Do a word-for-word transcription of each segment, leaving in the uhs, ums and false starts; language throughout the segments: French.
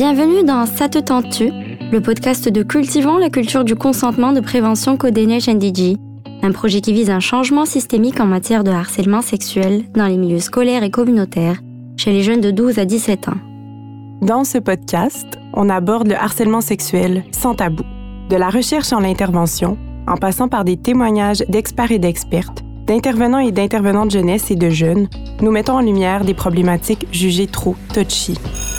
Bienvenue dans Ça te tente-tu, le podcast de Cultivons la culture du consentement de prévention Kodenesh N D G, un projet qui vise un changement systémique en matière de harcèlement sexuel dans les milieux scolaires et communautaires chez les jeunes de douze à dix-sept ans. Dans ce podcast, on aborde le harcèlement sexuel sans tabou, de la recherche en l'intervention, en passant par des témoignages d'experts et d'expertes, d'intervenants et d'intervenantes jeunesse et de jeunes, nous mettons en lumière des problématiques jugées trop touchy.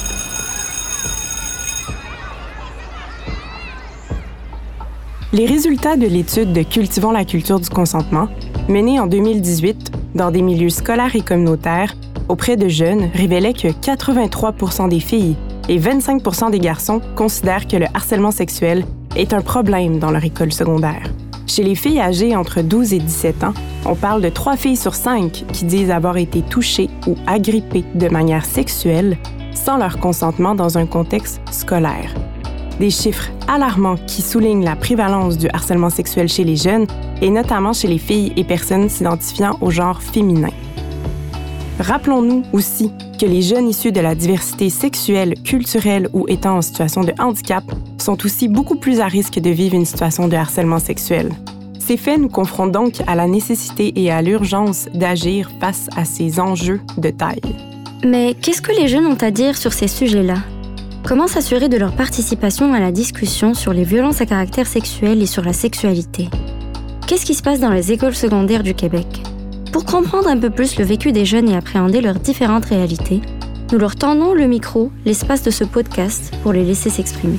Les résultats de l'étude de Cultivons la culture du consentement, menée en deux mille dix-huit dans des milieux scolaires et communautaires auprès de jeunes, révélaient que quatre-vingt-trois pour cent des filles et vingt-cinq pour cent des garçons considèrent que le harcèlement sexuel est un problème dans leur école secondaire. Chez les filles âgées entre douze et dix-sept ans, on parle de trois filles sur cinq qui disent avoir été touchées ou agrippées de manière sexuelle sans leur consentement dans un contexte scolaire. Des chiffres alarmants qui soulignent la prévalence du harcèlement sexuel chez les jeunes et notamment chez les filles et personnes s'identifiant au genre féminin. Rappelons-nous aussi que les jeunes issus de la diversité sexuelle, culturelle ou étant en situation de handicap sont aussi beaucoup plus à risque de vivre une situation de harcèlement sexuel. Ces faits nous confrontent donc à la nécessité et à l'urgence d'agir face à ces enjeux de taille. Mais qu'est-ce que les jeunes ont à dire sur ces sujets-là? Comment s'assurer de leur participation à la discussion sur les violences à caractère sexuel et sur la sexualité? Qu'est-ce qui se passe dans les écoles secondaires du Québec? Pour comprendre un peu plus le vécu des jeunes et appréhender leurs différentes réalités, nous leur tendons le micro, l'espace de ce podcast, pour les laisser s'exprimer.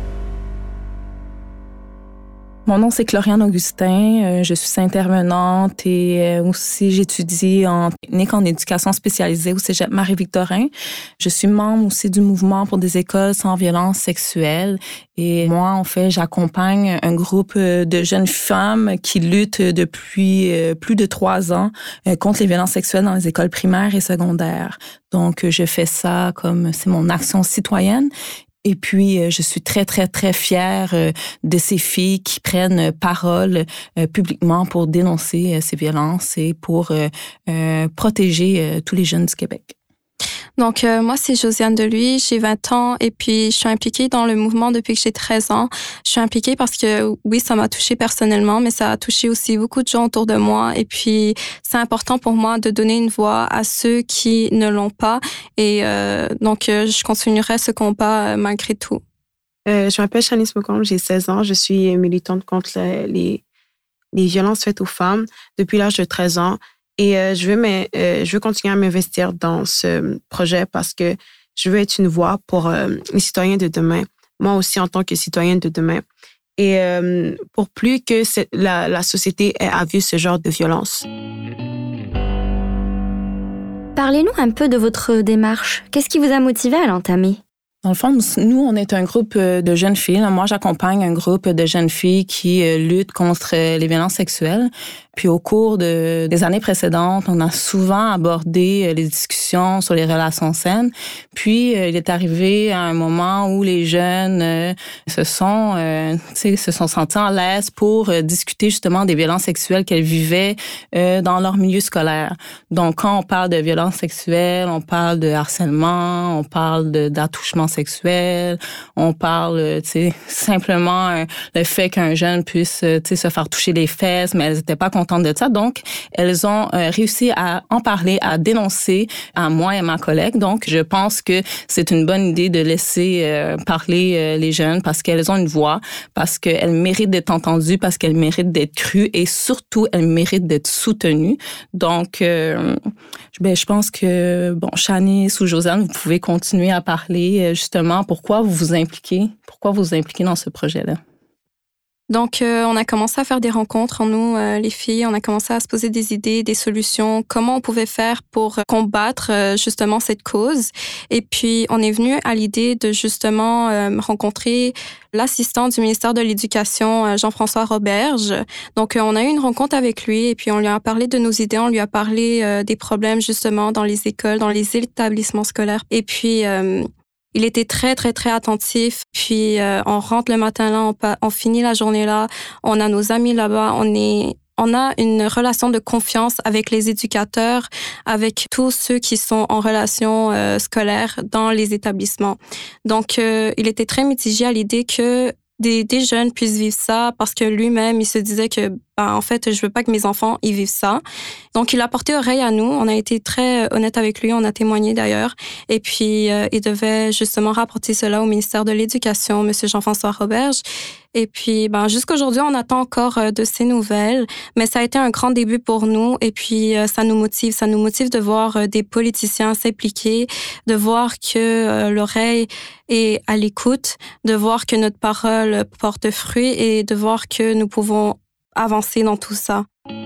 Mon nom, c'est Chloriane Augustin. Je suis intervenante et aussi j'étudie en technique en éducation spécialisée au Cégep Marie-Victorin. Je suis membre aussi du mouvement pour des écoles sans violence sexuelle. Et moi, en fait, j'accompagne un groupe de jeunes femmes qui luttent depuis plus de trois ans contre les violences sexuelles dans les écoles primaires et secondaires. Donc, je fais ça comme c'est mon action citoyenne. Et puis, je suis très, très, très fière de ces filles qui prennent parole publiquement pour dénoncer ces violences et pour protéger tous les jeunes du Québec. Donc, euh, moi, c'est Josiane Deluy, j'ai vingt ans et puis je suis impliquée dans le mouvement depuis que j'ai treize ans. Je suis impliquée parce que, oui, ça m'a touchée personnellement, mais ça a touché aussi beaucoup de gens autour de moi. Et puis, c'est important pour moi de donner une voix à ceux qui ne l'ont pas. Et euh, donc, euh, je continuerai ce combat euh, malgré tout. Euh, je m'appelle Shanice Mocombe, j'ai seize ans. Je suis militante contre les, les violences faites aux femmes depuis l'âge de treize ans. Et euh, je, veux me, euh, je veux continuer à m'investir dans ce projet parce que je veux être une voix pour euh, les citoyens de demain, moi aussi en tant que citoyenne de demain. Et euh, pour plus que la, la société ait à vivre ce genre de violence. Parlez-nous un peu de votre démarche. Qu'est-ce qui vous a motivé à l'entamer? Dans le fond, nous, on est un groupe de jeunes filles. Moi, j'accompagne un groupe de jeunes filles qui luttent contre les violences sexuelles. Puis au cours de, des années précédentes, on a souvent abordé les discussions sur les relations saines. Puis il est arrivé à un moment où les jeunes euh, se sont, euh, tu sais, se sont sentis en l'aise pour euh, discuter justement des violences sexuelles qu'elles vivaient euh, dans leur milieu scolaire. Donc quand on parle de violences sexuelles, on parle de harcèlement, on parle de, d'attouchement sexuel, on parle, tu sais, simplement euh, le fait qu'un jeune puisse, tu sais, se faire toucher les fesses, mais elles n'étaient pas contentes de ça. Donc, elles ont euh, réussi à en parler, à dénoncer à moi et à ma collègue. Donc, je pense que c'est une bonne idée de laisser euh, parler euh, les jeunes parce qu'elles ont une voix, parce qu'elles méritent d'être entendues, parce qu'elles méritent d'être crues et surtout, elles méritent d'être soutenues. Donc, euh, ben, je pense que, bon, Shanice ou Josiane, vous pouvez continuer à parler euh, justement pourquoi vous vous impliquez, pourquoi vous vous impliquez dans ce projet-là. Donc, euh, on a commencé à faire des rencontres en nous, euh, les filles. On a commencé à se poser des idées, des solutions, comment on pouvait faire pour combattre euh, justement cette cause. Et puis, on est venu à l'idée de justement euh, rencontrer l'assistant du ministère de l'Éducation, euh, Jean-François Roberge. Donc, euh, on a eu une rencontre avec lui et puis on lui a parlé de nos idées, on lui a parlé euh, des problèmes justement dans les écoles, dans les établissements scolaires. Et puis, euh, il était très, très, très attentif. Puis, euh, on rentre le matin là, on, pa- on finit la journée là, on a nos amis là-bas, on est, on a une relation de confiance avec les éducateurs, avec tous ceux qui sont en relation euh, scolaire dans les établissements. Donc, euh, il était très mitigé à l'idée que des, des jeunes puissent vivre ça parce que lui-même, il se disait que, ben, en fait, je veux pas que mes enfants y vivent ça. Donc, il a porté oreille à nous. On a été très honnête avec lui. On a témoigné d'ailleurs. Et puis, euh, il devait justement rapporter cela au ministère de l'Éducation, M. Jean-François Roberge. Et puis, ben, jusqu'aujourd'hui, on attend encore euh, de ces nouvelles. Mais ça a été un grand début pour nous. Et puis, euh, ça nous motive. Ça nous motive de voir euh, des politiciens s'impliquer, de voir que euh, l'oreille est à l'écoute, de voir que notre parole porte fruit et de voir que nous pouvons avancer dans tout ça.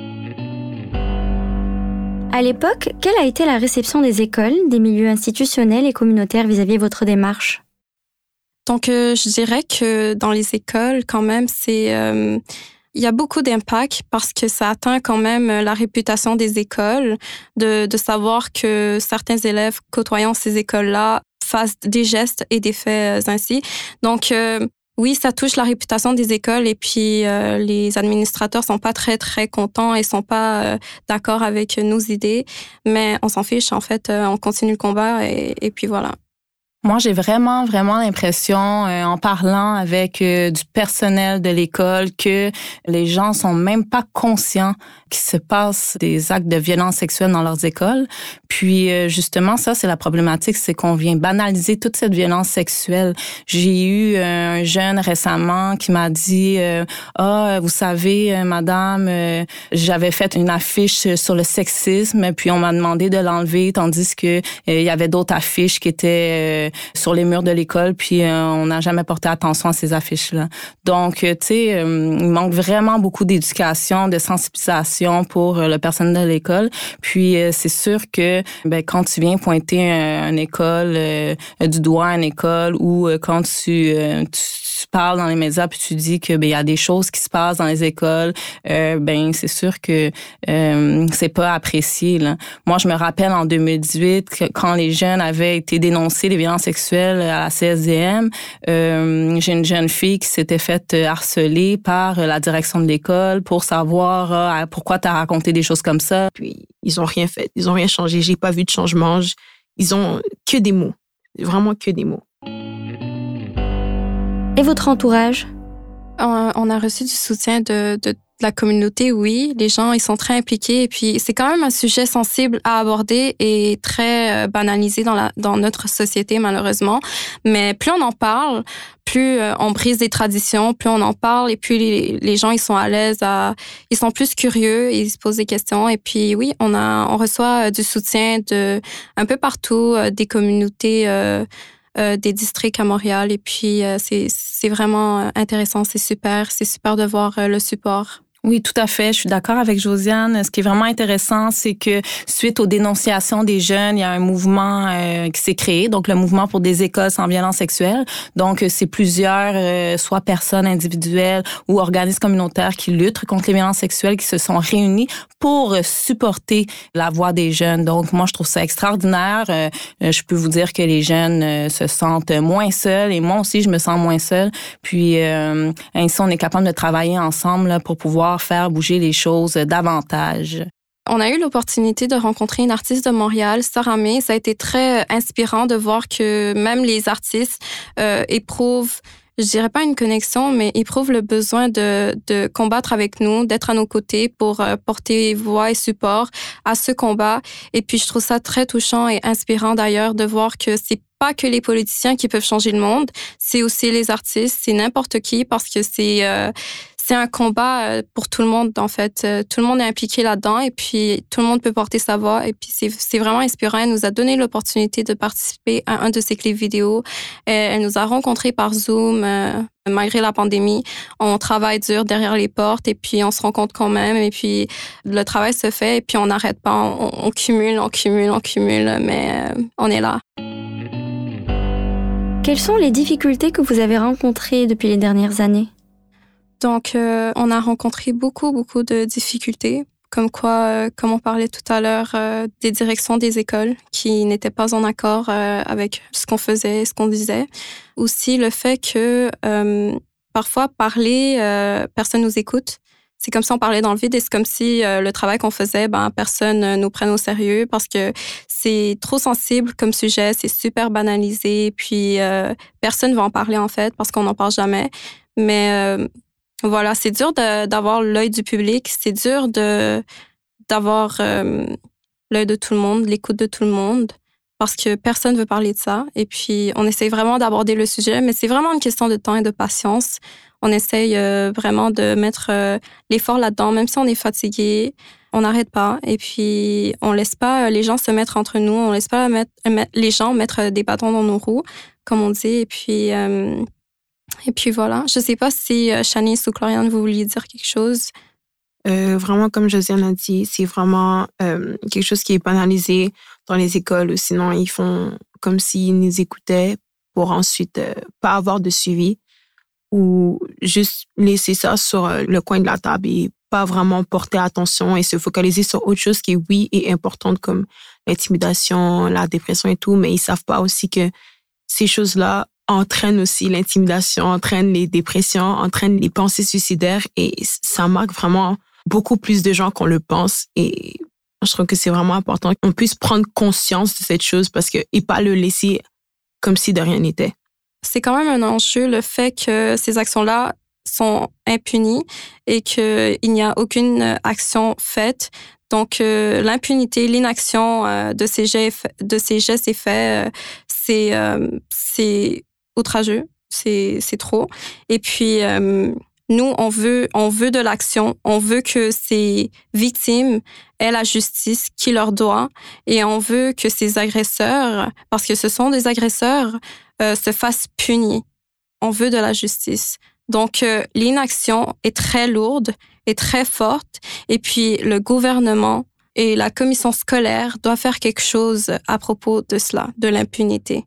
À l'époque, quelle a été la réception des écoles, des milieux institutionnels et communautaires vis-à-vis de votre démarche? Donc, euh, je dirais que dans les écoles, quand même, c'est... Euh, il y a beaucoup d'impact parce que ça atteint quand même la réputation des écoles, de, de savoir que certains élèves côtoyant ces écoles-là fassent des gestes et des faits ainsi. Donc, euh, oui, ça touche la réputation des écoles et puis euh, les administrateurs sont pas très, très contents et sont pas euh, d'accord avec nos idées, mais on s'en fiche, en fait, euh, on continue le combat et, et puis voilà. Moi, j'ai vraiment, vraiment l'impression, euh, en parlant avec euh, du personnel de l'école, que les gens sont même pas conscients qu'il se passe des actes de violence sexuelle dans leurs écoles. Puis, euh, justement, ça, c'est la problématique, c'est qu'on vient banaliser toute cette violence sexuelle. J'ai eu un jeune récemment qui m'a dit euh, « Ah, vous savez, euh, madame, euh, j'avais fait une affiche sur le sexisme, puis on m'a demandé de l'enlever, tandis que euh, il y avait d'autres affiches qui étaient... Euh, sur les murs de l'école, puis euh, on n'a jamais porté attention à ces affiches-là. Donc, euh, tu sais, euh, il manque vraiment beaucoup d'éducation, de sensibilisation pour euh, le personnel de l'école. Puis, euh, c'est sûr que ben, quand tu viens pointer un, une école, euh, du doigt à une école, ou euh, quand tu, euh, tu tu parles dans les médias puis tu dis que ben il y a des choses qui se passent dans les écoles, euh, ben c'est sûr que euh, c'est pas apprécié là. Moi, je me rappelle en deux mille dix-huit que quand les jeunes avaient été dénoncés les violences sexuelles à la C S D M, euh, j'ai une jeune fille qui s'était faite harceler par la direction de l'école pour savoir ah, pourquoi tu as raconté des choses comme ça. Puis ils ont rien fait, ils ont rien changé, j'ai pas vu de changement, ils ont que des mots, vraiment que des mots. Et votre entourage? On a reçu du soutien de, de, de la communauté, oui. Les gens, ils sont très impliqués. Et puis, c'est quand même un sujet sensible à aborder et très banalisé dans, la, dans notre société, malheureusement. Mais plus on en parle, plus on brise des traditions, plus on en parle. Et puis, les, les gens, ils sont à l'aise, à, ils sont plus curieux, ils se posent des questions. Et puis, oui, on, a, on reçoit du soutien de un peu partout, des communautés... Euh, Euh, des districts à Montréal et puis euh, c'est, c'est vraiment intéressant, c'est super, c'est super de voir euh, le support. Oui, tout à fait. Je suis d'accord avec Josiane. Ce qui est vraiment intéressant, c'est que suite aux dénonciations des jeunes, il y a un mouvement euh, qui s'est créé, donc le mouvement pour des écoles sans violence sexuelle. Donc, c'est plusieurs, euh, soit personnes individuelles ou organismes communautaires qui luttent contre les violences sexuelles, qui se sont réunis pour supporter la voix des jeunes. Donc, moi, je trouve ça extraordinaire. Euh, je peux vous dire que les jeunes euh, se sentent moins seuls et moi aussi, je me sens moins seule. Puis, euh, ainsi, on est capable de travailler ensemble là, pour pouvoir faire bouger les choses davantage. On a eu l'opportunité de rencontrer une artiste de Montréal, Sarah May. Ça a été très inspirant de voir que même les artistes euh, éprouvent, je dirais pas une connexion, mais éprouvent le besoin de, de combattre avec nous, d'être à nos côtés pour euh, porter voix et support à ce combat. Et puis, je trouve ça très touchant et inspirant d'ailleurs de voir que c'est pas que les politiciens qui peuvent changer le monde, c'est aussi les artistes, c'est n'importe qui parce que c'est... Euh, C'est un combat pour tout le monde, en fait. Tout le monde est impliqué là-dedans et puis tout le monde peut porter sa voix. Et puis c'est, c'est vraiment inspirant. Elle nous a donné l'opportunité de participer à un de ses clips vidéo. Elle nous a rencontrés par Zoom, euh, malgré la pandémie. On travaille dur derrière les portes et puis on se rencontre quand même. Et puis le travail se fait et puis on n'arrête pas. On, on cumule, on cumule, on cumule, mais euh, on est là. Quelles sont les difficultés que vous avez rencontrées depuis les dernières années? Donc, euh, on a rencontré beaucoup, beaucoup de difficultés, comme quoi, euh, comme on parlait tout à l'heure, euh, des directions des écoles qui n'étaient pas en accord euh, avec ce qu'on faisait, ce qu'on disait. Aussi, le fait que euh, parfois, parler, euh, personne nous écoute. c'est comme si on parlait dans le vide et c'est comme si euh, le travail qu'on faisait, ben, personne euh, nous prenne au sérieux parce que c'est trop sensible comme sujet, c'est super banalisé, puis euh, personne ne va en parler en fait parce qu'on n'en parle jamais. Mais euh, voilà, c'est dur de, d'avoir l'œil du public, c'est dur de, d'avoir euh, l'œil de tout le monde, l'écoute de tout le monde parce que personne ne veut parler de ça. Et puis, on essaye vraiment d'aborder le sujet, mais c'est vraiment une question de temps et de patience. On essaye euh, vraiment de mettre euh, l'effort là-dedans, même si on est fatigué, on n'arrête pas. Et puis, on laisse pas les gens se mettre entre nous, on laisse pas mettre, les gens mettre des bâtons dans nos roues, comme on dit. Et puis, euh, et puis voilà. Je sais pas si euh, Shanice ou Cloriane, vous vouliez dire quelque chose. Euh, vraiment, comme Josiane a dit, c'est vraiment euh, quelque chose qui est banalisé dans les écoles, ou sinon ils font comme s'ils nous écoutaient pour ensuite euh, pas avoir de suivi ou juste laisser ça sur le coin de la table et pas vraiment porter attention et se focaliser sur autre chose qui, oui, est importante comme l'intimidation, la dépression et tout, mais ils savent pas aussi que ces choses-là entraînent aussi l'intimidation, entraînent les dépressions, entraînent les pensées suicidaires et ça marque vraiment beaucoup plus de gens qu'on le pense et je trouve que c'est vraiment important qu'on puisse prendre conscience de cette chose parce que et pas le laisser comme si de rien n'était. C'est quand même un enjeu le fait que ces actions-là sont impunies et qu'il n'y a aucune action faite. Donc, euh, l'impunité, l'inaction euh, de, ces gestes, de ces gestes et faits, euh, c'est, euh, c'est outrageux, c'est, c'est trop. Et puis, euh, nous, on veut, on veut de l'action, on veut que ces victimes aient la justice qui leur doit et on veut que ces agresseurs, parce que ce sont des agresseurs, euh, se fassent punir. On veut de la justice. Donc, euh, l'inaction est très lourde et très forte et puis le gouvernement et la commission scolaire doivent faire quelque chose à propos de cela, de l'impunité.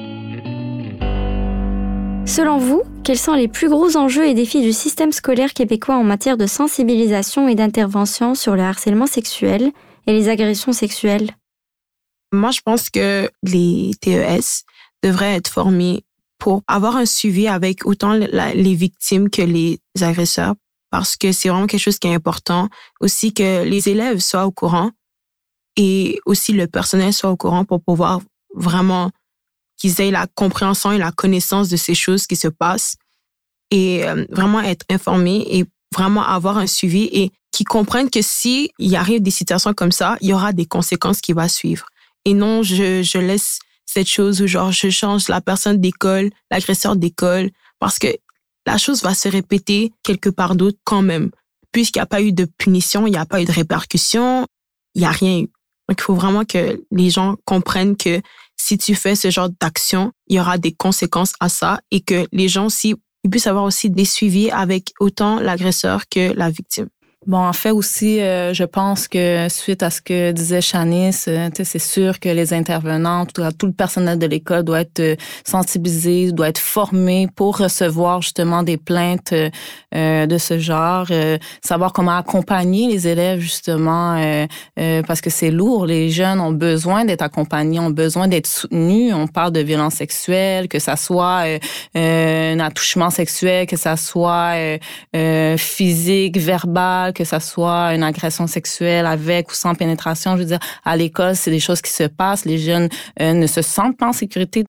Selon vous, quels sont les plus gros enjeux et défis du système scolaire québécois en matière de sensibilisation et d'intervention sur le harcèlement sexuel et les agressions sexuelles? Moi, je pense que les T E S devraient être formés pour avoir un suivi avec autant la, les victimes que les agresseurs, parce que c'est vraiment quelque chose qui est important. Aussi que les élèves soient au courant et aussi le personnel soit au courant pour pouvoir vraiment qu'ils aient la compréhension et la connaissance de ces choses qui se passent et euh, vraiment être informés et vraiment avoir un suivi et qu'ils comprennent que si il arrive des situations comme ça, il y aura des conséquences qui vont suivre. Et non, je, je laisse cette chose où genre je change la personne d'école, l'agresseur d'école, parce que la chose va se répéter quelque part d'autre quand même. Puisqu'il n'y a pas eu de punition, il n'y a pas eu de répercussion, il n'y a rien eu. Donc, il faut vraiment que les gens comprennent que si tu fais ce genre d'action, il y aura des conséquences à ça et que les gens aussi, ils puissent avoir aussi des suivis avec autant l'agresseur que la victime. Bon, en fait aussi, euh, je pense que suite à ce que disait Shanice, euh, c'est sûr que les intervenants, tout, tout le personnel de l'école doit être euh, sensibilisé, doit être formé pour recevoir justement des plaintes euh, de ce genre, euh, savoir comment accompagner les élèves justement, euh, euh, parce que c'est lourd. Les jeunes ont besoin d'être accompagnés, ont besoin d'être soutenus. On parle de violence sexuelle, que ça soit euh, euh, un attouchement sexuel, que ça soit euh, euh, physique, verbal, que ça soit une agression sexuelle avec ou sans pénétration. Je veux dire, à l'école, c'est des choses qui se passent. Les jeunes euh, ne se sentent pas en sécurité.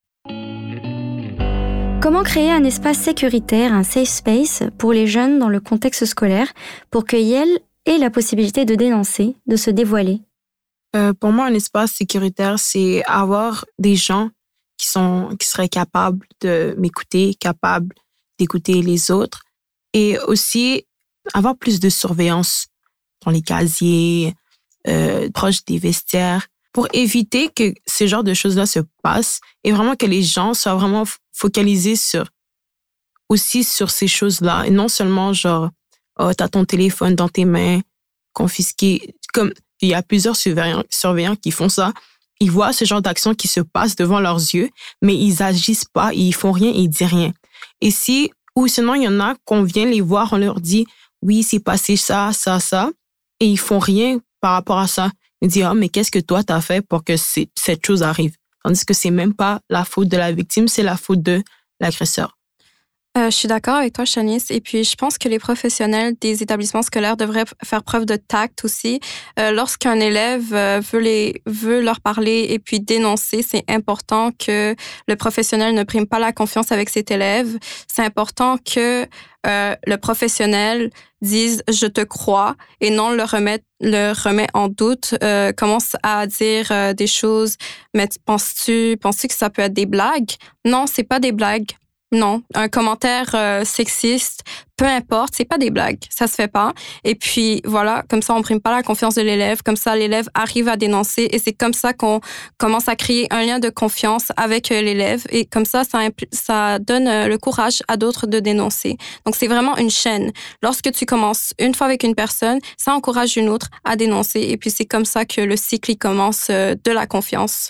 Comment créer un espace sécuritaire, un safe space, pour les jeunes dans le contexte scolaire, pour qu'ils aient la possibilité de dénoncer, de se dévoiler? Euh, pour moi, un espace sécuritaire, c'est avoir des gens qui sont, qui seraient capables de m'écouter, capables d'écouter les autres et aussi avoir plus de surveillance dans les casiers, euh, proches des vestiaires, pour éviter que ce genre de choses-là se passent et vraiment que les gens soient vraiment focalisés sur, aussi sur ces choses-là et non seulement genre, oh, t'as ton téléphone dans tes mains, confisqué. Comme il y a plusieurs surveillants, surveillants qui font ça, ils voient ce genre d'action qui se passe devant leurs yeux, mais ils agissent pas, ils font rien, ils disent rien. Et si, ou sinon il y en a qu'on vient les voir, on leur dit oui, c'est passé ça, ça, ça, et ils font rien par rapport à ça. Ils disent, ah, oh, mais qu'est-ce que toi t'as fait pour que c'est, cette chose arrive? Tandis que c'est même pas la faute de la victime, c'est la faute de l'agresseur. Euh, je suis d'accord avec toi, Shanice. Et puis, je pense que les professionnels des établissements scolaires devraient faire preuve de tact aussi. Euh, lorsqu'un élève euh, veut, les, veut leur parler et puis dénoncer, c'est important que le professionnel ne prime pas la confiance avec cet élève. C'est important que euh, le professionnel dise « je te crois » et non le remet, le remet en doute, euh, commence à dire euh, des choses « mais penses-tu, penses-tu que ça peut être des blagues? » Non, c'est pas des blagues. Non, un commentaire euh, sexiste, peu importe, c'est pas des blagues, ça se fait pas. Et puis voilà, comme ça on prime pas la confiance de l'élève, comme ça l'élève arrive à dénoncer et c'est comme ça qu'on commence à créer un lien de confiance avec euh, l'élève et comme ça ça, impl- ça donne euh, le courage à d'autres de dénoncer. Donc c'est vraiment une chaîne. Lorsque tu commences une fois avec une personne, ça encourage une autre à dénoncer et puis c'est comme ça que le cycle il commence euh, de la confiance.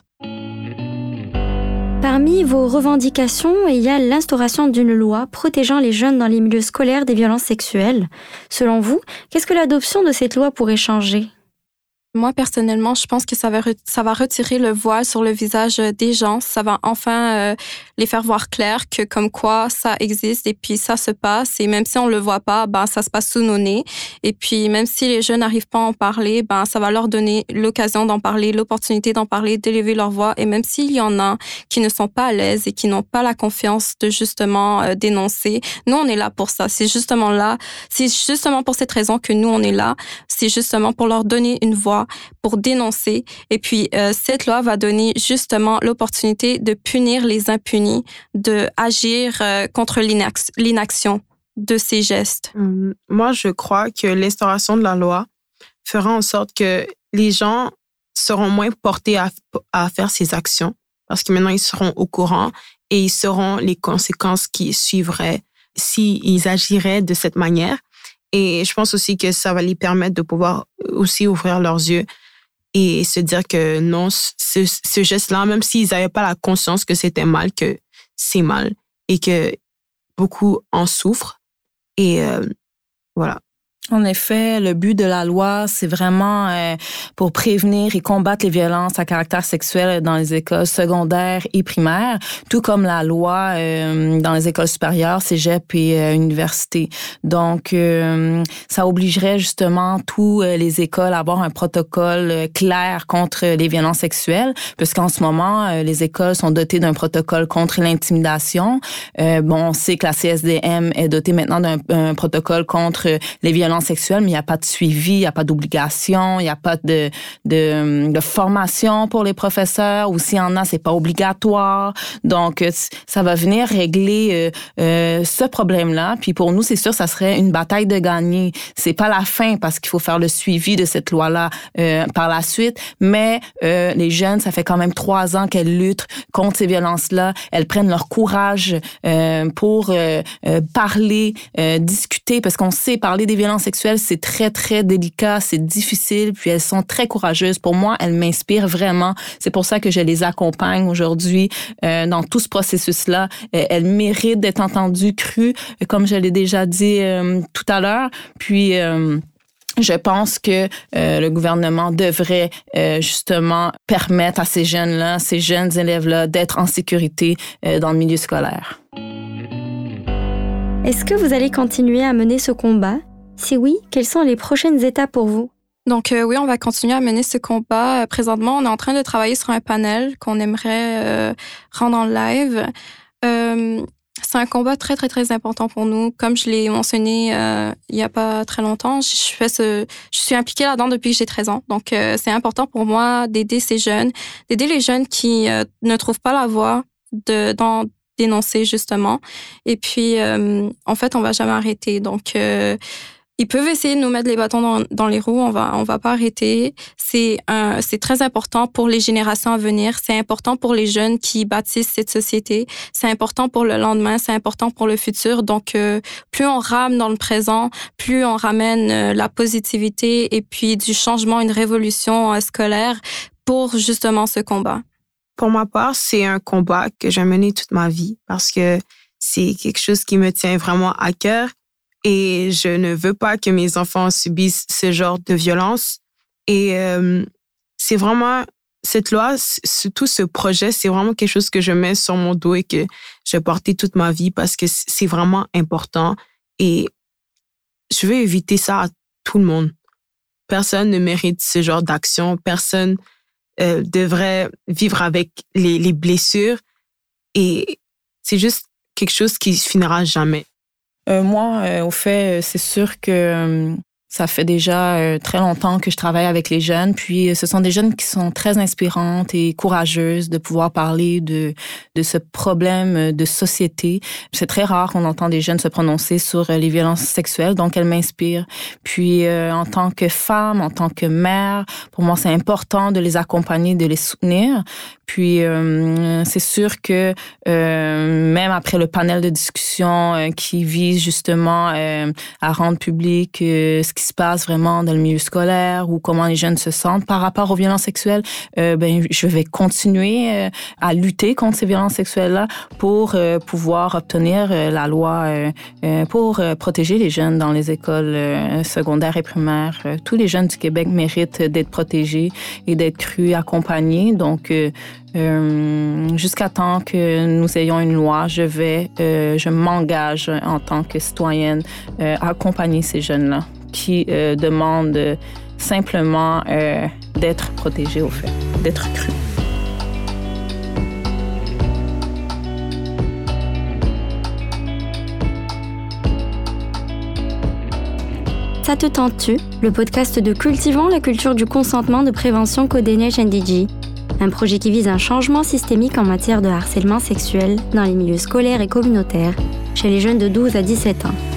Parmi vos revendications, il y a l'instauration d'une loi protégeant les jeunes dans les milieux scolaires des violences sexuelles. Selon vous, qu'est-ce que l'adoption de cette loi pourrait changer? Moi, personnellement, je pense que ça va, re- ça va retirer le voile sur le visage des gens. Ça va enfin euh, les faire voir clair que comme quoi ça existe et puis ça se passe. Et même si on le voit pas, ben, ça se passe sous nos nez. Et puis, même si les jeunes n'arrivent pas à en parler, ben, ça va leur donner l'occasion d'en parler, l'opportunité d'en parler, d'élever leur voix. Et même s'il y en a qui ne sont pas à l'aise et qui n'ont pas la confiance de justement euh, dénoncer, nous, on est là pour ça. C'est justement là, c'est justement pour cette raison que nous, on est là. C'est justement pour leur donner une voix, pour dénoncer. Et puis, euh, cette loi va donner justement l'opportunité de punir les impunis, de agir euh, contre l'inac- l'inaction de ces gestes. Hum, moi, je crois que l'instauration de la loi fera en sorte que les gens seront moins portés à, à faire ces actions parce que maintenant, ils seront au courant et ils sauront les conséquences qui suivraient s'ils agiraient de cette manière. Et je pense aussi que ça va les permettre de pouvoir aussi ouvrir leurs yeux et se dire que non, ce, ce geste-là, même s'ils n'avaient pas la conscience que c'était mal, que c'est mal et que beaucoup en souffrent. Et euh, voilà. En effet, le but de la loi, c'est vraiment euh, pour prévenir et combattre les violences à caractère sexuel dans les écoles secondaires et primaires, tout comme la loi euh, dans les écoles supérieures, cégep et euh, université. Donc, euh, ça obligerait justement tous euh, les écoles à avoir un protocole euh, clair contre les violences sexuelles, puisqu'en ce moment, euh, les écoles sont dotées d'un protocole contre l'intimidation. Euh, bon, on sait que la C S D M est dotée maintenant d'un un protocole contre les violences sexuelle, mais il n'y a pas de suivi, il n'y a pas d'obligation, il n'y a pas de, de, de formation pour les professeurs, ou s'il y en a, c'est pas obligatoire. Donc, ça va venir régler euh, euh, ce problème-là. Puis pour nous, c'est sûr, ça serait une bataille de gagner. C'est pas la fin parce qu'il faut faire le suivi de cette loi-là euh, par la suite, mais euh, les jeunes, ça fait quand même trois ans qu'elles luttent contre ces violences-là. Elles prennent leur courage euh, pour euh, euh, parler, euh, discuter, parce qu'on sait parler des violences sexuelles, c'est très, très délicat, c'est difficile, puis elles sont très courageuses. Pour moi, elles m'inspirent vraiment. C'est pour ça que je les accompagne aujourd'hui euh, dans tout ce processus-là. Elles méritent d'être entendues, crues, comme je l'ai déjà dit euh, tout à l'heure. Puis... Euh, Je pense que euh, le gouvernement devrait euh, justement permettre à ces jeunes-là, ces jeunes élèves-là, d'être en sécurité euh, dans le milieu scolaire. Est-ce que vous allez continuer à mener ce combat? Si oui, quelles sont les prochaines étapes pour vous? Donc euh, oui, on va continuer à mener ce combat. Euh, présentement, on est en train de travailler sur un panel qu'on aimerait euh, rendre en live. Euh, c'est un combat très, très, très important pour nous. Comme je l'ai mentionné euh, il n'y a pas très longtemps, je, fais ce, je suis impliquée là-dedans depuis que j'ai treize ans. Donc, euh, c'est important pour moi d'aider ces jeunes, d'aider les jeunes qui euh, ne trouvent pas la voie de, d'en dénoncer, justement. Et puis, euh, en fait, on va jamais arrêter. Donc, euh, ils peuvent essayer de nous mettre les bâtons dans, dans les roues, on va, on va pas arrêter. C'est un, c'est très important pour les générations à venir. C'est important pour les jeunes qui bâtissent cette société. C'est important pour le lendemain. C'est important pour le futur. Donc, euh, plus on rame dans le présent, plus on ramène euh, la positivité et puis du changement, une révolution euh, scolaire pour justement ce combat. Pour ma part, c'est un combat que j'ai mené toute ma vie parce que c'est quelque chose qui me tient vraiment à cœur. Et je ne veux pas que mes enfants subissent ce genre de violence. Et euh, c'est vraiment cette loi, c- tout ce projet, c'est vraiment quelque chose que je mets sur mon dos et que je vais porter toute ma vie parce que c'est vraiment important. Et je veux éviter ça à tout le monde. Personne ne mérite ce genre d'action. Personne euh, devrait vivre avec les, les blessures. Et c'est juste quelque chose qui finira jamais. Euh, moi, euh, au fait, c'est sûr que euh, ça fait déjà euh, très longtemps que je travaille avec les jeunes. Puis, euh, ce sont des jeunes qui sont très inspirantes et courageuses de pouvoir parler de, de ce problème de société. C'est très rare qu'on entend des jeunes se prononcer sur les violences sexuelles, donc elles m'inspirent. Puis, euh, en tant que femme, en tant que mère, pour moi, c'est important de les accompagner, de les soutenir. Puis, euh, c'est sûr que euh, même après le panel de discussion euh, qui vise justement euh, à rendre public euh, ce qui se passe vraiment dans le milieu scolaire ou comment les jeunes se sentent par rapport aux violences sexuelles, euh, ben, je vais continuer euh, à lutter contre ces violences sexuelles-là pour euh, pouvoir obtenir euh, la loi euh, euh, pour euh, protéger les jeunes dans les écoles euh, secondaires et primaires. Euh, tous les jeunes du Québec méritent d'être protégés et d'être crus, accompagnés. Donc, euh, Euh, jusqu'à temps que nous ayons une loi, je vais, euh, je m'engage en tant que citoyenne euh, à accompagner ces jeunes-là qui euh, demandent simplement euh, d'être protégés au fait, d'être crus. Ça te tente-tu? Le podcast de Cultivons la culture du consentement de prévention Codeneige N D G. Un projet qui vise un changement systémique en matière de harcèlement sexuel dans les milieux scolaires et communautaires chez les jeunes de douze à dix-sept ans.